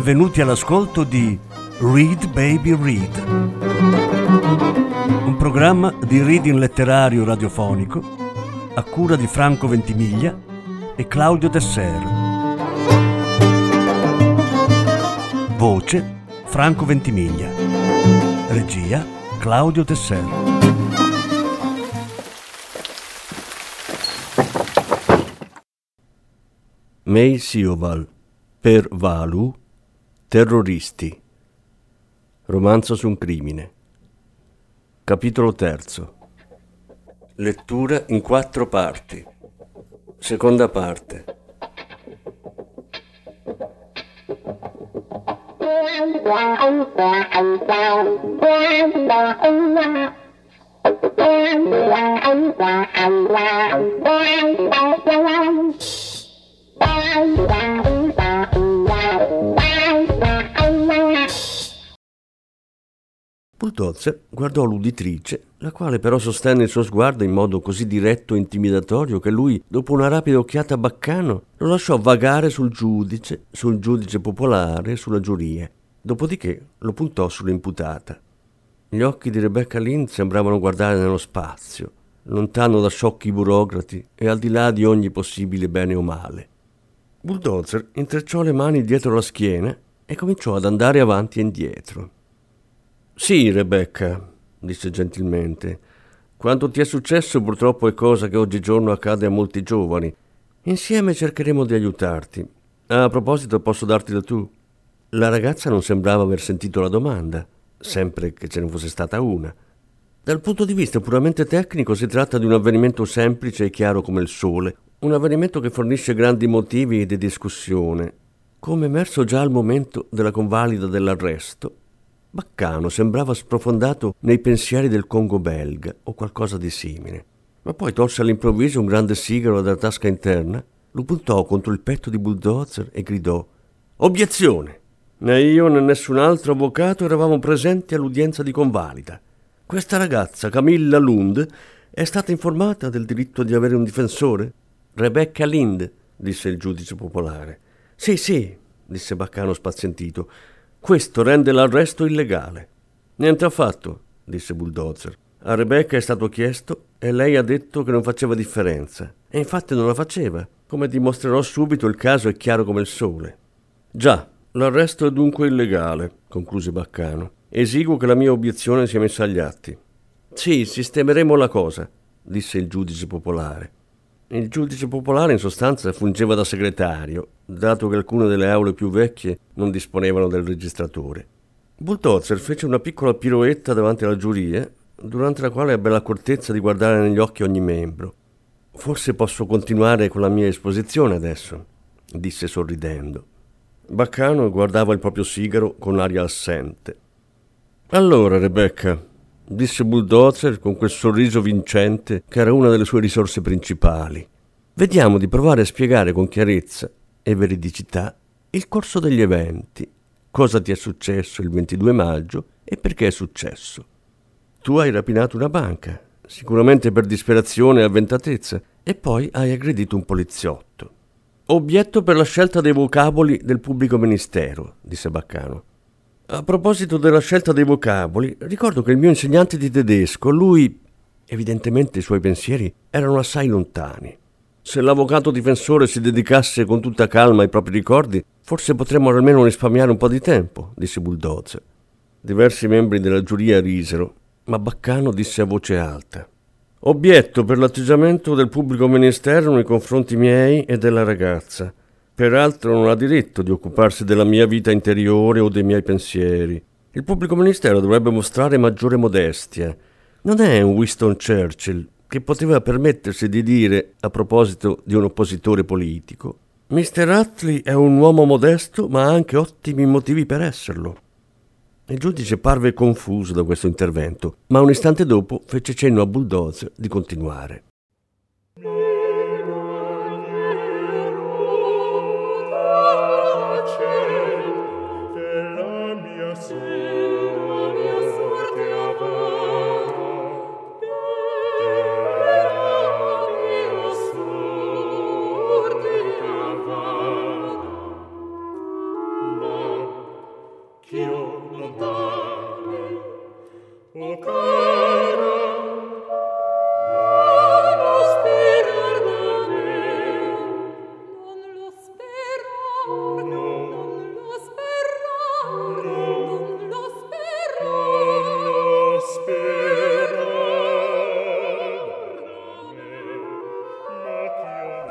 benvenuti all'ascolto di Read Baby Read, un programma di reading letterario radiofonico a cura di Franco Ventimiglia e Claudio Desser. Voce Franco Ventimiglia. Regia Claudio Desser. May Sioval, per Valu, Terroristi. Romanzo su un crimine. Capitolo 3. Lettura in 4 parti. Seconda parte. Bulldozer guardò l'uditrice, la quale però sostenne il suo sguardo in modo così diretto e intimidatorio che lui, dopo una rapida occhiata a Baccano, lo lasciò vagare sul giudice popolare e sulla giuria. Dopodiché lo puntò sull'imputata. Gli occhi di Rebecca Lynn sembravano guardare nello spazio, lontano da sciocchi burocrati e al di là di ogni possibile bene o male. Bulldozer intrecciò le mani dietro la schiena e cominciò ad andare avanti e indietro. «Sì, Rebecca», disse gentilmente, «quanto ti è successo purtroppo è cosa che oggigiorno accade a molti giovani. Insieme cercheremo di aiutarti. A proposito, posso darti da tu?» La ragazza non sembrava aver sentito la domanda, sempre che ce ne fosse stata una. Dal punto di vista puramente tecnico si tratta di un avvenimento semplice e chiaro come il sole, un avvenimento che fornisce grandi motivi di discussione. Come emerso già al momento della convalida dell'arresto, Baccano sembrava sprofondato nei pensieri del Congo belga o qualcosa di simile, ma poi tolse all'improvviso un grande sigaro dalla tasca interna, lo puntò contro il petto di Bulldozer e gridò: «Obiezione! Né io né nessun altro avvocato eravamo presenti all'udienza di convalida. Questa ragazza, Camilla Lund, è stata informata del diritto di avere un difensore?» «Rebecca Lind», disse il giudice popolare. Sì, disse Baccano spazientito. «Questo rende l'arresto illegale». «Niente affatto», disse Bulldozer. «A Rebecca è stato chiesto e lei ha detto che non faceva differenza. E infatti non la faceva. Come dimostrerò subito, il caso è chiaro come il sole». «Già, l'arresto è dunque illegale», concluse Baccano. «Esiguo che la mia obiezione sia messa agli atti». «Sì, sistemeremo la cosa», disse il giudice popolare. Il giudice popolare in sostanza fungeva da segretario, dato che alcune delle aule più vecchie non disponevano del registratore. Bulldozer fece una piccola piroetta davanti alla giuria, durante la quale ebbe l'accortezza di guardare negli occhi ogni membro. «Forse posso continuare con la mia esposizione adesso», disse sorridendo. Baccano guardava il proprio sigaro con aria assente. «Allora, Rebecca», disse Bulldozer con quel sorriso vincente che era una delle sue risorse principali, «vediamo di provare a spiegare con chiarezza e veridicità il corso degli eventi, cosa ti è successo il 22 maggio e perché è successo. Tu hai rapinato una banca, sicuramente per disperazione e avventatezza, e poi hai aggredito un poliziotto. Obietto per la scelta dei vocaboli del pubblico ministero», disse Baccano. «A proposito della scelta dei vocaboli, ricordo che il mio insegnante di tedesco, lui, evidentemente i suoi pensieri erano assai lontani. Se l'avvocato difensore si dedicasse con tutta calma ai propri ricordi, forse potremmo almeno risparmiare un po' di tempo», disse Bulldozer. Diversi membri della giuria risero, ma Baccano disse a voce alta: «Obietto per l'atteggiamento del pubblico ministero nei confronti miei e della ragazza. Peraltro non ha diritto di occuparsi della mia vita interiore o dei miei pensieri. Il pubblico ministero dovrebbe mostrare maggiore modestia. Non è un Winston Churchill che poteva permettersi di dire, a proposito di un oppositore politico: Mr. Attlee è un uomo modesto ma ha anche ottimi motivi per esserlo». Il giudice parve confuso da questo intervento, ma un istante dopo fece cenno a Bulldozer di continuare.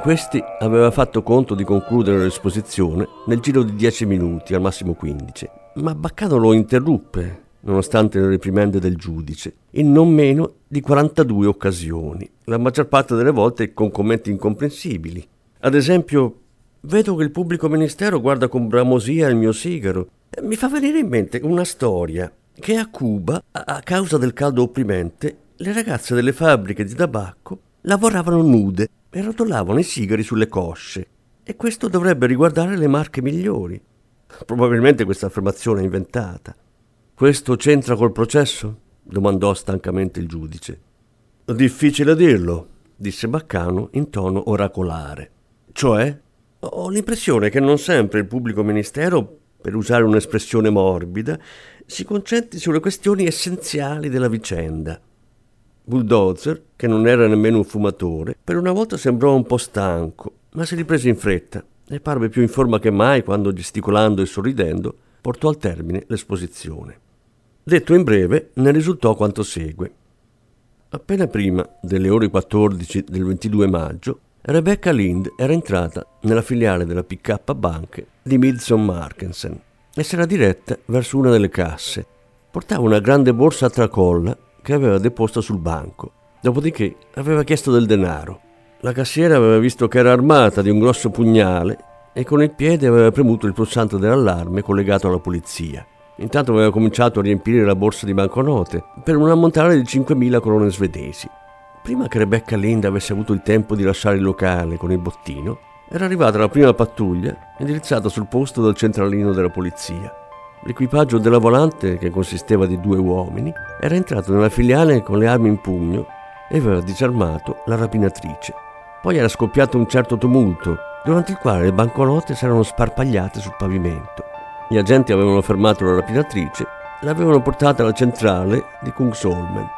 Questi aveva fatto conto di concludere l'esposizione nel giro di 10 minuti, al massimo 15, ma Baccano lo interruppe, nonostante le reprimende del giudice, in non meno di 42 occasioni, la maggior parte delle volte con commenti incomprensibili. Ad esempio: vedo che il pubblico ministero guarda con bramosia il mio sigaro. Mi fa venire in mente una storia che a Cuba, a causa del caldo opprimente, le ragazze delle fabbriche di tabacco lavoravano nude e rotolavano i sigari sulle cosce, e questo dovrebbe riguardare le marche migliori. Probabilmente questa affermazione è inventata. Questo c'entra col processo? Domandò stancamente il giudice. Difficile dirlo, disse Baccano in tono oracolare. Cioè? Ho l'impressione che non sempre il pubblico ministero, per usare un'espressione morbida, si concentri sulle questioni essenziali della vicenda. Bulldozer, che non era nemmeno un fumatore, per una volta sembrò un po' stanco, ma si riprese in fretta e parve più in forma che mai quando, gesticolando e sorridendo, portò al termine l'esposizione. Detto in breve, ne risultò quanto segue. Appena prima delle ore 14 del 22 maggio, Rebecca Lind era entrata nella filiale della P.K. Bank di Midson Markensen e si era diretta verso una delle casse. Portava una grande borsa a tracolla che aveva deposta sul banco. Dopodiché aveva chiesto del denaro. La cassiera aveva visto che era armata di un grosso pugnale e con il piede aveva premuto il pulsante dell'allarme collegato alla polizia. Intanto aveva cominciato a riempire la borsa di banconote per un ammontare di 5.000 corone svedesi. Prima che Rebecca Lind avesse avuto il tempo di lasciare il locale con il bottino, era arrivata la prima pattuglia indirizzata sul posto dal centralino della polizia. L'equipaggio della volante, che consisteva di 2 uomini, era entrato nella filiale con le armi in pugno e aveva disarmato la rapinatrice. Poi era scoppiato un certo tumulto, durante il quale le banconote si erano sparpagliate sul pavimento. Gli agenti avevano fermato la rapinatrice e l'avevano portata alla centrale di Kungsholmen.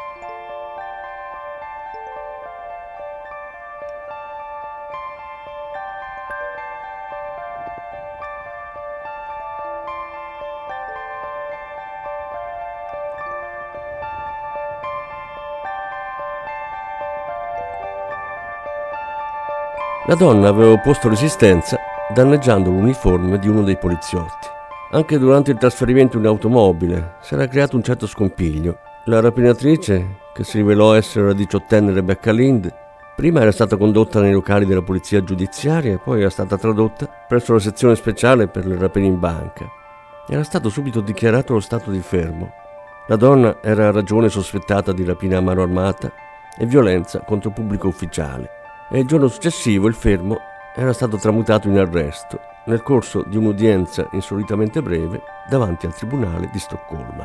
La donna aveva opposto resistenza danneggiando l'uniforme di uno dei poliziotti. Anche durante il trasferimento in automobile si era creato un certo scompiglio. La rapinatrice, che si rivelò essere la 18enne Rebecca Lind, prima era stata condotta nei locali della polizia giudiziaria e poi era stata tradotta presso la sezione speciale per le rapine in banca. Era stato subito dichiarato lo stato di fermo. La donna era a ragione sospettata di rapina a mano armata e violenza contro pubblico ufficiale, e il giorno successivo il fermo era stato tramutato in arresto nel corso di un'udienza insolitamente breve davanti al tribunale di Stoccolma.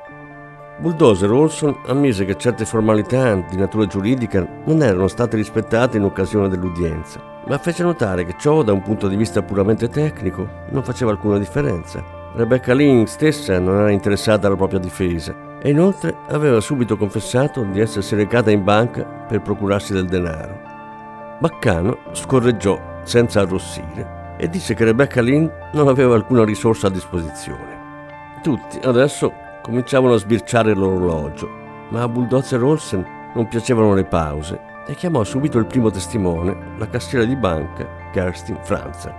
Bulldozer Olson ammise che certe formalità di natura giuridica non erano state rispettate in occasione dell'udienza, ma fece notare che ciò, da un punto di vista puramente tecnico, non faceva alcuna differenza. Rebecca Lind stessa non era interessata alla propria difesa e inoltre aveva subito confessato di essersi recata in banca per procurarsi del denaro. Baccano scorreggiò senza arrossire e disse che Rebecca Lind non aveva alcuna risorsa a disposizione. Tutti adesso cominciavano a sbirciare l'orologio, ma a Bulldozer Olsen non piacevano le pause e chiamò subito il primo testimone, la cassiera di banca Kerstin Franzen.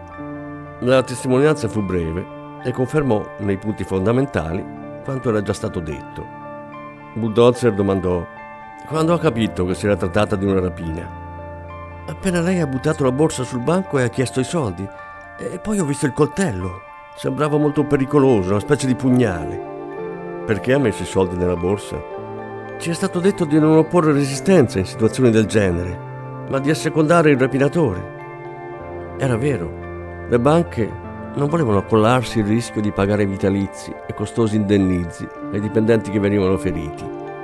La testimonianza fu breve e confermò nei punti fondamentali quanto era già stato detto. Bulldozer domandò: quando ha capito che si era trattata di una rapina? Appena lei ha buttato la borsa sul banco e ha chiesto i soldi, e poi ho visto il coltello. Sembrava molto pericoloso, una specie di pugnale. Perché ha messo i soldi nella borsa? Ci è stato detto di non opporre resistenza in situazioni del genere, ma di assecondare il rapinatore. Era vero, le banche non volevano accollarsi il rischio di pagare vitalizi e costosi indennizi ai dipendenti che venivano feriti.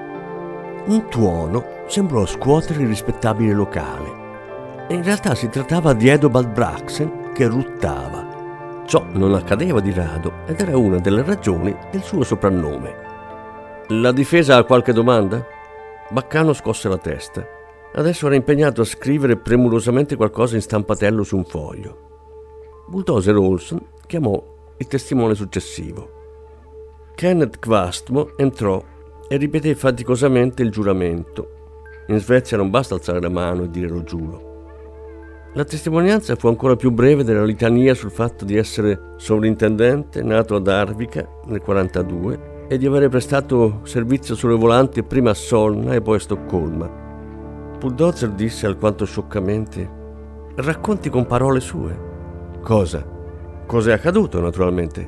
Un tuono sembrò scuotere il rispettabile locale. In realtà si trattava di Edobald Braxen che ruttava. Ciò non accadeva di rado ed era una delle ragioni del suo soprannome. La difesa ha qualche domanda? Baccano scosse la testa. Adesso era impegnato a scrivere premurosamente qualcosa in stampatello su un foglio. Bulldozer Olson chiamò il testimone successivo. Kenneth Kvastmo entrò e ripeté faticosamente il giuramento. In Svezia non basta alzare la mano e dire lo giuro. La testimonianza fu ancora più breve della litania sul fatto di essere sovrintendente nato ad Arvika nel 1942 e di avere prestato servizio sulle volanti prima a Solna e poi a Stoccolma. Bulldozer disse alquanto scioccamente: «Racconti con parole sue». «Cosa?» «Cosa è accaduto, naturalmente».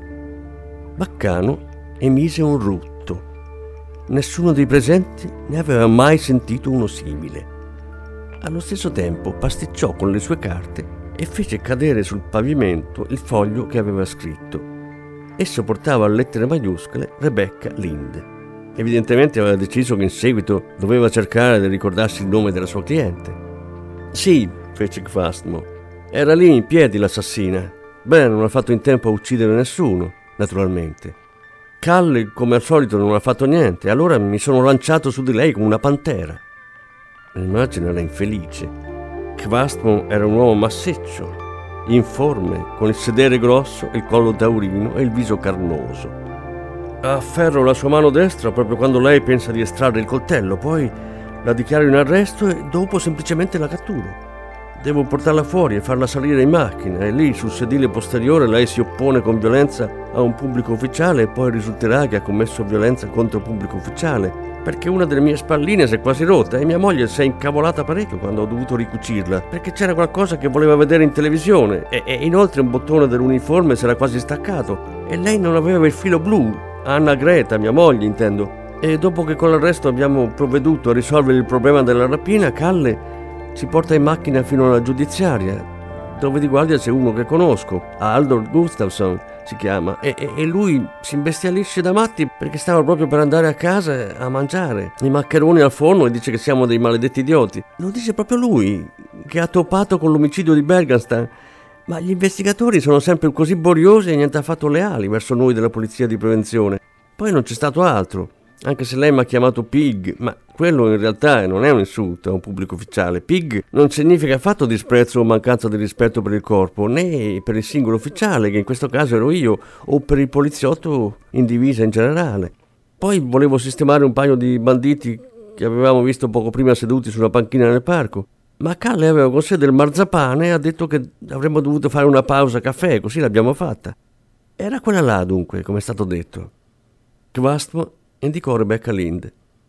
Baccano emise un rutto. Nessuno dei presenti ne aveva mai sentito uno simile. Allo stesso tempo pasticciò con le sue carte e fece cadere sul pavimento il foglio che aveva scritto. Esso portava a lettere maiuscole Rebecca Linde. Evidentemente aveva deciso che in seguito doveva cercare di ricordarsi il nome della sua cliente. «Sì», fece Kvastmo, «era lì in piedi l'assassina. Beh, non ha fatto in tempo a uccidere nessuno, naturalmente. Kalle, come al solito, non ha fatto niente, allora mi sono lanciato su di lei come una pantera». L'immagine era infelice. Kvastmo era un uomo massiccio, informe, con il sedere grosso, il collo taurino e il viso carnoso. Afferro la sua mano destra proprio quando lei pensa di estrarre il coltello, poi la dichiaro in arresto e dopo semplicemente la catturo. Devo portarla fuori e farla salire in macchina e lì sul sedile posteriore lei si oppone con violenza a un pubblico ufficiale e poi risulterà che ha commesso violenza contro il pubblico ufficiale, perché una delle mie spalline si è quasi rotta e mia moglie si è incavolata parecchio quando ho dovuto ricucirla, perché c'era qualcosa che voleva vedere in televisione e inoltre un bottone dell'uniforme si era quasi staccato e lei non aveva il filo blu. Anna Greta, mia moglie intendo. E dopo che con l'arresto abbiamo provveduto a risolvere il problema della rapina, Kalle ci porta in macchina fino alla giudiziaria, dove di guardia c'è uno che conosco, Aldor Gustafsson si chiama, e lui si imbestialisce da matti perché stava proprio per andare a casa a mangiare i maccheroni al forno e dice che siamo dei maledetti idioti. Lo dice proprio lui, che ha toppato con l'omicidio di Bergenstam. Ma gli investigatori sono sempre così boriosi e niente affatto leali verso noi della polizia di prevenzione. Poi non c'è stato altro, anche se lei mi ha chiamato pig, ma quello in realtà non è un insulto a un pubblico ufficiale. Pig non significa affatto disprezzo o mancanza di rispetto per il corpo, né per il singolo ufficiale, che in questo caso ero io, o per il poliziotto in divisa in generale. Poi volevo sistemare un paio di banditi che avevamo visto poco prima seduti sulla panchina nel parco. Ma Kalle aveva con sé del marzapane e ha detto che avremmo dovuto fare una pausa caffè, così l'abbiamo fatta. Era quella là, dunque, come è stato detto. Kvastmo indicò Rebecca Linde.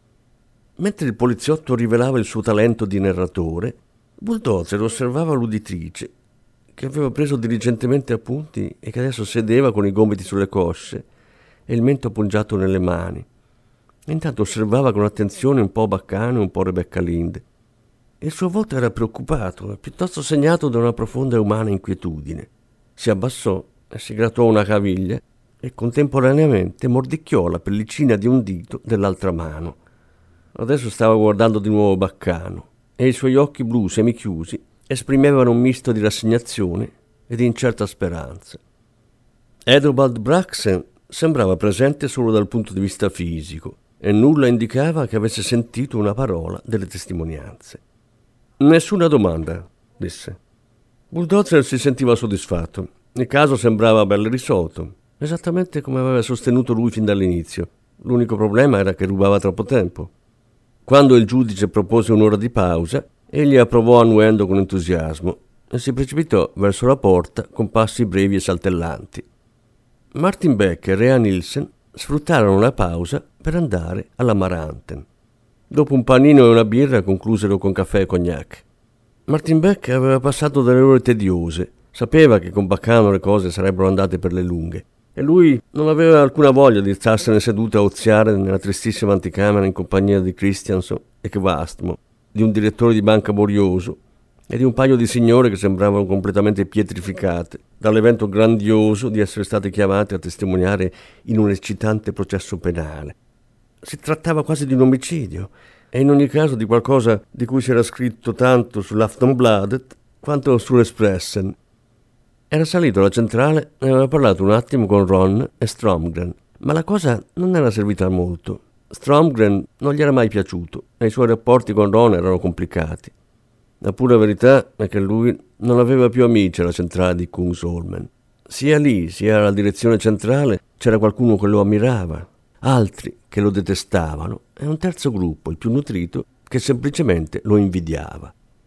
Mentre il poliziotto rivelava il suo talento di narratore, Bulldozer osservava l'uditrice, che aveva preso diligentemente appunti e che adesso sedeva con i gomiti sulle cosce e il mento appoggiato nelle mani. Intanto osservava con attenzione un po' Baccano e un po' Rebecca Linde. Il suo volto era preoccupato e piuttosto segnato da una profonda e umana inquietudine. Si abbassò e si grattò una caviglia e contemporaneamente mordicchiò la pellicina di un dito dell'altra mano. Adesso stava guardando di nuovo Baccano e i suoi occhi blu semichiusi esprimevano un misto di rassegnazione e di incerta speranza. Edobald Braxen sembrava presente solo dal punto di vista fisico e nulla indicava che avesse sentito una parola delle testimonianze. «Nessuna domanda», disse. Bulldozer si sentiva soddisfatto. Il caso sembrava ben risolto, esattamente come aveva sostenuto lui fin dall'inizio. L'unico problema era che rubava troppo tempo. Quando il giudice propose un'ora di pausa, egli approvò annuendo con entusiasmo e si precipitò verso la porta con passi brevi e saltellanti. Martin Becker e Ann Nielsen sfruttarono la pausa per andare alla Maranten. Dopo un panino e una birra conclusero con caffè e cognac. Martin Beck aveva passato delle ore tediose, sapeva che con Baccano le cose sarebbero andate per le lunghe e lui non aveva alcuna voglia di starsene seduto a oziare nella tristissima anticamera in compagnia di Christianson e Kvastmo, di un direttore di banca borioso e di un paio di signore che sembravano completamente pietrificate dall'evento grandioso di essere state chiamate a testimoniare in un eccitante processo penale. Si trattava quasi di un omicidio e in ogni caso di qualcosa di cui si era scritto tanto sull'Aftonbladet quanto sull'Espressen. Era salito alla centrale e aveva parlato un attimo con Ron e Stromgren, ma la cosa non era servita a molto. Stromgren non gli era mai piaciuto e i suoi rapporti con Ron erano complicati. La pura verità è che lui non aveva più amici alla centrale di Kungsholmen. Sia lì sia alla direzione centrale c'era qualcuno che lo ammirava, altri che lo detestavano e un terzo gruppo, il più nutrito, che semplicemente lo invidiava.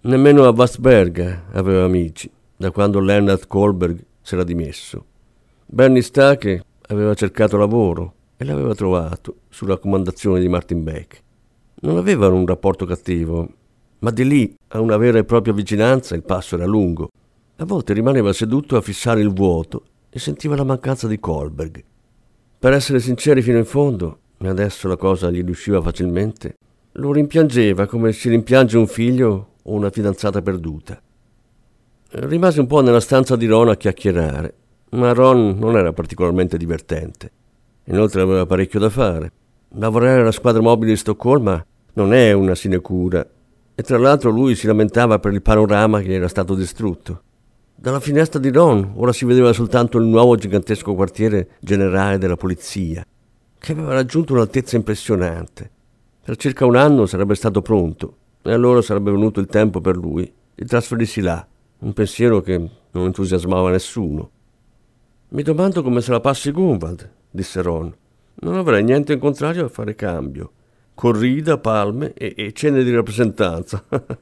Nemmeno a Wassberg aveva amici, da quando Leonard Kohlberg si era dimesso. Bernie Stake aveva cercato lavoro e l'aveva trovato su raccomandazione di Martin Beck. Non avevano un rapporto cattivo, ma di lì a una vera e propria vicinanza il passo era lungo. A volte rimaneva seduto a fissare il vuoto e sentiva la mancanza di Kohlberg. Per essere sinceri fino in fondo, e adesso la cosa gli riusciva facilmente, lo rimpiangeva come si rimpiange un figlio o una fidanzata perduta. Rimase un po' nella stanza di Ron a chiacchierare, ma Ron non era particolarmente divertente. Inoltre aveva parecchio da fare. Lavorare alla squadra mobile di Stoccolma non è una sinecura, e tra l'altro lui si lamentava per il panorama che era stato distrutto. Dalla finestra di Ron ora si vedeva soltanto il nuovo gigantesco quartiere generale della polizia, che aveva raggiunto un'altezza impressionante. Per circa un anno sarebbe stato pronto, e allora sarebbe venuto il tempo per lui di trasferirsi là, un pensiero che non entusiasmava nessuno. «Mi domando come se la passi Gunvald», disse Ron. «Non avrei niente in contrario a fare cambio. Corrida, palme e cene di rappresentanza».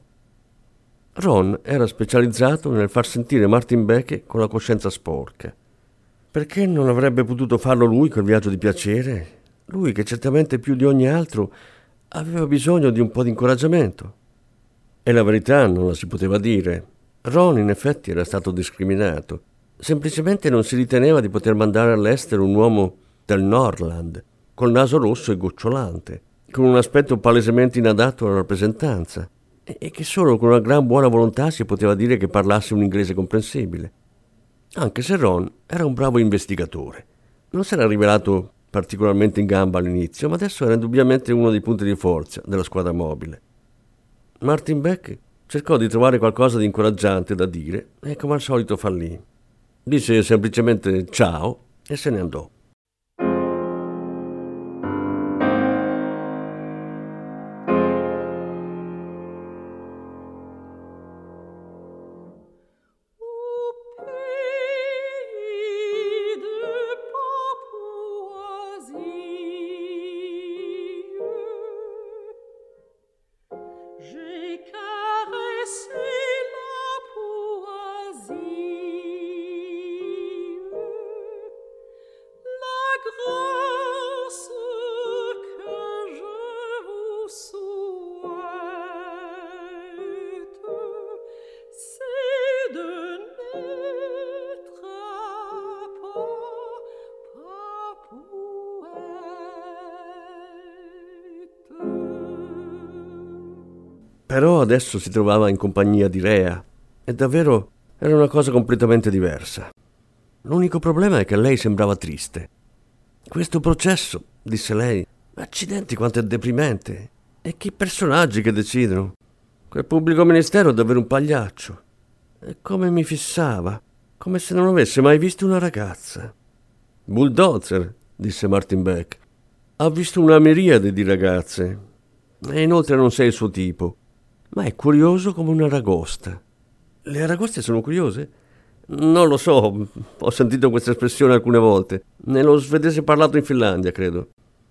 Ron era specializzato nel far sentire Martin Beck con la coscienza sporca. Perché non avrebbe potuto farlo lui quel viaggio di piacere? Lui che certamente più di ogni altro aveva bisogno di un po' di incoraggiamento. E la verità non la si poteva dire. Ron in effetti era stato discriminato. Semplicemente non si riteneva di poter mandare all'estero un uomo del Norrland, col naso rosso e gocciolante, con un aspetto palesemente inadatto alla rappresentanza, e che solo con una gran buona volontà si poteva dire che parlasse un inglese comprensibile. Anche se Ron era un bravo investigatore. Non si era rivelato particolarmente in gamba all'inizio, ma adesso era indubbiamente uno dei punti di forza della squadra mobile. Martin Beck cercò di trovare qualcosa di incoraggiante da dire e come al solito fallì. Disse semplicemente ciao e se ne andò. Però adesso si trovava in compagnia di Rea e davvero era una cosa completamente diversa. L'unico problema è che lei sembrava triste. «Questo processo», disse lei, «accidenti quanto è deprimente. E che personaggi che decidono. Quel pubblico ministero è davvero un pagliaccio. E come mi fissava, come se non avesse mai visto una ragazza». «Bulldozer», disse Martin Beck, «ha visto una miriade di ragazze. E inoltre non sei il suo tipo. Ma è curioso come un'aragosta». «Le aragoste sono curiose?» «Non lo so, ho sentito questa espressione alcune volte. Nello svedese parlato in Finlandia, credo».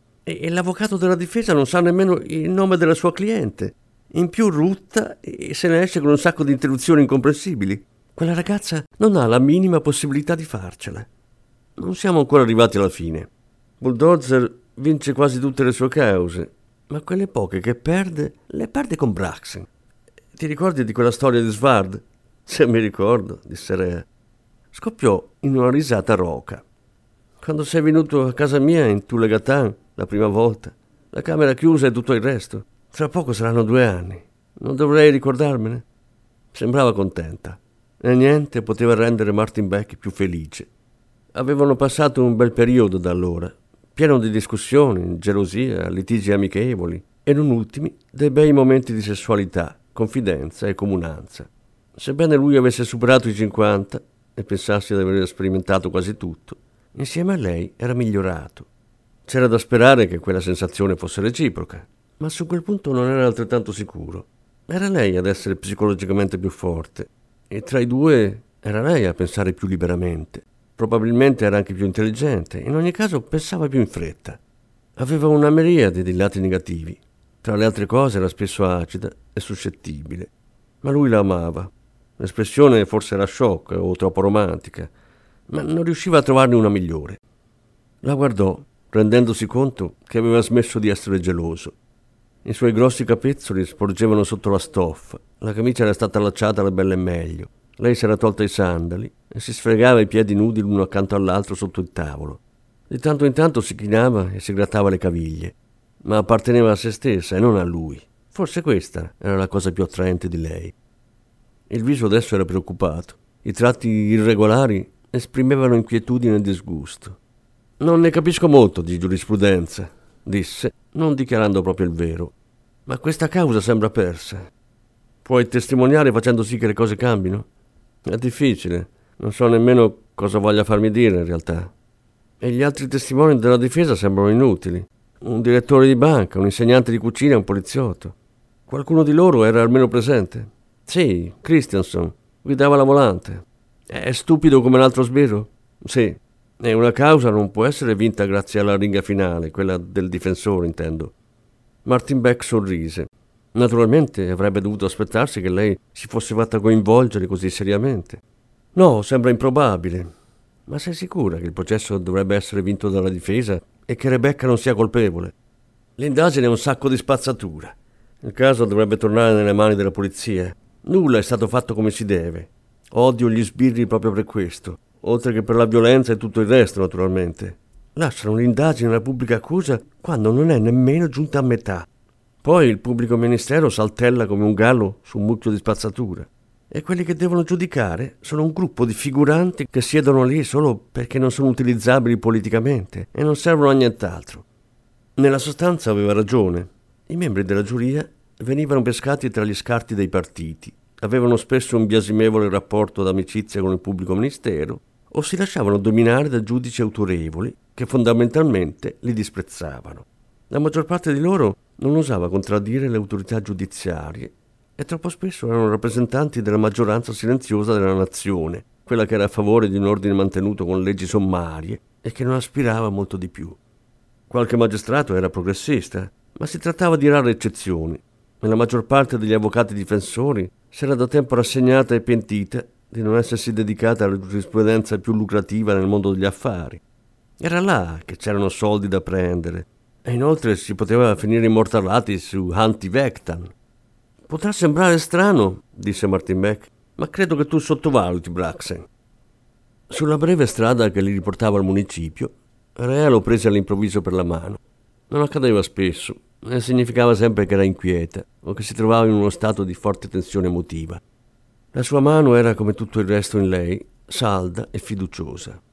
E l'avvocato della difesa non sa nemmeno il nome della sua cliente. In più rutta e se ne esce con un sacco di interruzioni incomprensibili. Quella ragazza non ha la minima possibilità di farcela. Non siamo ancora arrivati alla fine. Bulldozer vince quasi tutte le sue cause, ma quelle poche che perde, le perde con Braxen. Ti ricordi di quella storia di Svard? «Se mi ricordo», disse Rea. Scoppiò in una risata roca. «Quando sei venuto a casa mia in Tulegatán la prima volta, la camera chiusa e tutto il resto. Tra poco saranno 2 anni. Non dovrei ricordarmene?» Sembrava contenta e niente poteva rendere Martin Beck più felice. Avevano passato un bel periodo da allora, pieno di discussioni, gelosia, litigi amichevoli e non ultimi dei bei momenti di sessualità, confidenza e comunanza. Sebbene lui avesse superato i 50 e pensasse di aver sperimentato quasi tutto, insieme a lei era migliorato. C'era da sperare che quella sensazione fosse reciproca, ma su quel punto non era altrettanto sicuro. Era lei ad essere psicologicamente più forte e tra i due era lei a pensare più liberamente. Probabilmente era anche più intelligente, in ogni caso pensava più in fretta. Aveva una miriade di lati negativi. Tra le altre cose era spesso acida e suscettibile. ma lui la amava. L'espressione forse era shock o troppo romantica, ma non riusciva a trovarne una migliore. La guardò, rendendosi conto che aveva smesso di essere geloso. I suoi grossi capezzoli sporgevano sotto la stoffa, la camicia era stata allacciata alla belle meglio, lei si era tolta i sandali e si sfregava i piedi nudi l'uno accanto all'altro sotto il tavolo. Di tanto in tanto si chinava e si grattava le caviglie, ma apparteneva a se stessa e non a lui. Forse questa era la cosa più attraente di lei. Il viso adesso era preoccupato, i tratti irregolari esprimevano inquietudine e disgusto. «Non ne capisco molto di giurisprudenza», disse, non dichiarando proprio il vero. «Ma questa causa sembra persa. Puoi testimoniare facendo sì che le cose cambino?» «È difficile. Non so nemmeno cosa voglia farmi dire in realtà. E gli altri testimoni della difesa sembrano inutili. Un direttore di banca, un insegnante di cucina e un poliziotto. Qualcuno di loro era almeno presente?» «Sì, Christianson. Guidava la volante. È stupido come l'altro sbirro?» «Sì. E una causa non può essere vinta grazie alla ringa finale, quella del difensore, intendo». Martin Beck sorrise. Naturalmente avrebbe dovuto aspettarsi che lei si fosse fatta coinvolgere così seriamente. «No, sembra improbabile. Ma sei sicura che il processo dovrebbe essere vinto dalla difesa e che Rebecca non sia colpevole? L'indagine è un sacco di spazzatura. Il caso dovrebbe tornare nelle mani della polizia. Nulla è stato fatto come si deve. Odio gli sbirri proprio per questo, oltre che per la violenza e tutto il resto, naturalmente. Lasciano l'indagine alla pubblica accusa quando non è nemmeno giunta a metà. Poi il pubblico ministero saltella come un gallo su un mucchio di spazzatura. E quelli che devono giudicare sono un gruppo di figuranti che siedono lì solo perché non sono utilizzabili politicamente e non servono a nient'altro». Nella sostanza aveva ragione. I membri della giuria venivano pescati tra gli scarti dei partiti, avevano spesso un biasimevole rapporto d'amicizia con il pubblico ministero o si lasciavano dominare da giudici autorevoli che fondamentalmente li disprezzavano. La maggior parte di loro non osava contraddire le autorità giudiziarie e troppo spesso erano rappresentanti della maggioranza silenziosa della nazione, quella che era a favore di un ordine mantenuto con leggi sommarie e che non aspirava molto di più. Qualche magistrato era progressista, ma si trattava di rare eccezioni e la maggior parte degli avvocati difensori si era da tempo rassegnata e pentita di non essersi dedicata alla giurisprudenza più lucrativa nel mondo degli affari. Era là che c'erano soldi da prendere e inoltre si poteva finire immortalati su Anti-Vectan. «Potrà sembrare strano», disse Martin Beck, «ma credo che tu sottovaluti Braxen». Sulla breve strada che li riportava al municipio, Rea lo prese all'improvviso per la mano. Non accadeva spesso e significava sempre che era inquieta o che si trovava in uno stato di forte tensione emotiva. La sua mano era, come tutto il resto in lei, salda e fiduciosa.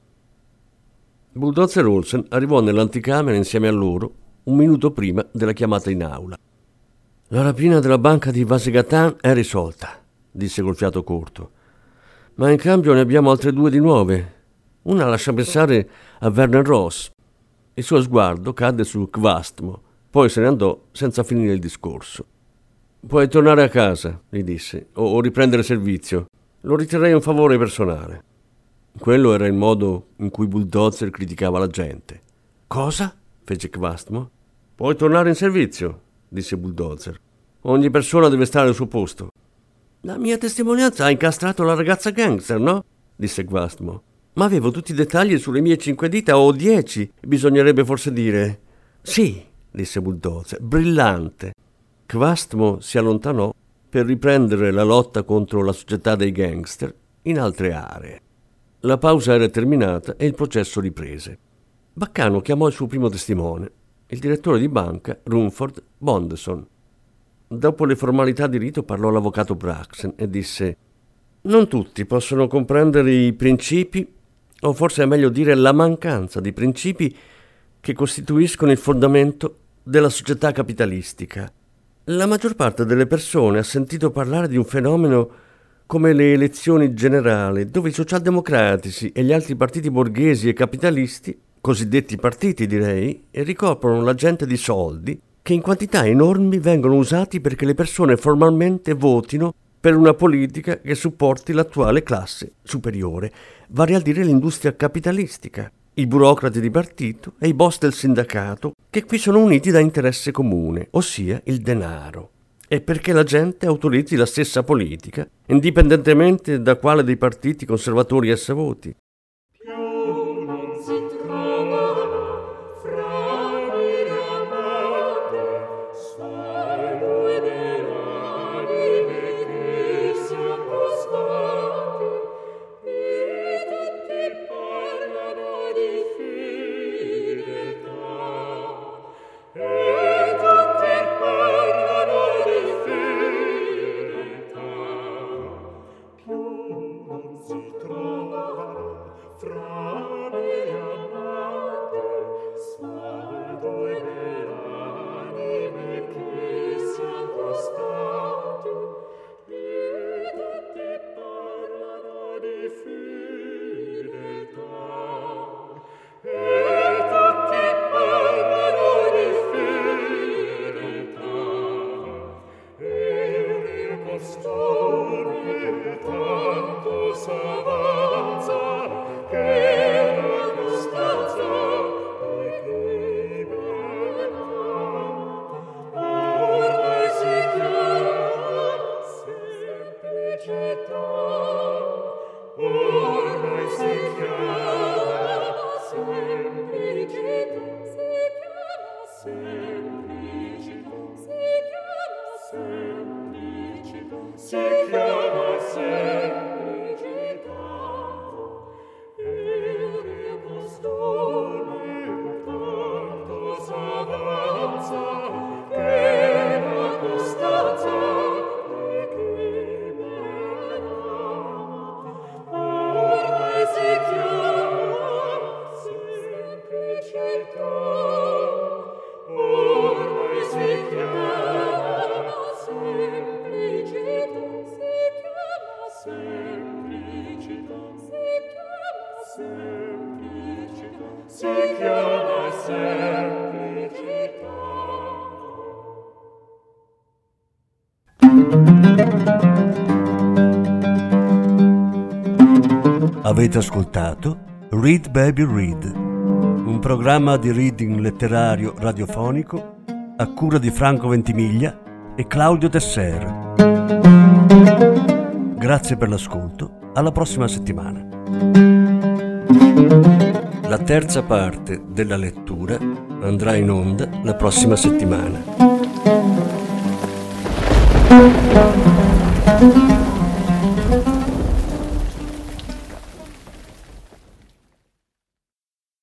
Bulldozer Olsen arrivò nell'anticamera insieme a loro un minuto prima della chiamata in aula. «La rapina della banca di Vasegatan è risolta», disse col fiato corto. «Ma in cambio ne abbiamo altre due di nuove. Una lascia pensare a Werner Ross». Il suo sguardo cadde su Kvastmo, poi se ne andò senza finire il discorso. «Puoi tornare a casa», gli disse, o riprendere servizio. Lo riterrei un favore personale». Quello era il modo in cui Bulldozer criticava la gente. «Cosa?» fece Kvastmo. «Puoi tornare in servizio», disse Bulldozer. «Ogni persona deve stare al suo posto». «La mia testimonianza ha incastrato la ragazza gangster, no?» disse Kvastmo. «Ma avevo tutti i dettagli sulle mie 5 dita o 10, bisognerebbe forse dire». «Sì», disse Bulldozer, «brillante». Kvastmo si allontanò per riprendere la lotta contro la società dei gangster in altre aree. La pausa era terminata e il processo riprese. Baccano chiamò il suo primo testimone, il direttore di banca Rumford Bondeson. Dopo le formalità di rito parlò l'avvocato Braxen e disse: «Non tutti possono comprendere i principi, o forse è meglio dire la mancanza di principi, che costituiscono il fondamento della società capitalistica. La maggior parte delle persone ha sentito parlare di un fenomeno come le elezioni generali, dove i socialdemocratici e gli altri partiti borghesi e capitalisti, cosiddetti partiti direi, ricoprono la gente di soldi che in quantità enormi vengono usati perché le persone formalmente votino per una politica che supporti l'attuale classe superiore, vale a dire l'industria capitalistica, i burocrati di partito e i boss del sindacato, che qui sono uniti da interesse comune, ossia il denaro. e perché la gente autorizzi la stessa politica, indipendentemente da quale dei partiti conservatori essa voti. Avete ascoltato Read Baby Read, un programma di reading letterario radiofonico a cura di Franco Ventimiglia e Claudio Tesser. Grazie per l'ascolto, alla prossima settimana. La terza parte della lettura andrà in onda la prossima settimana.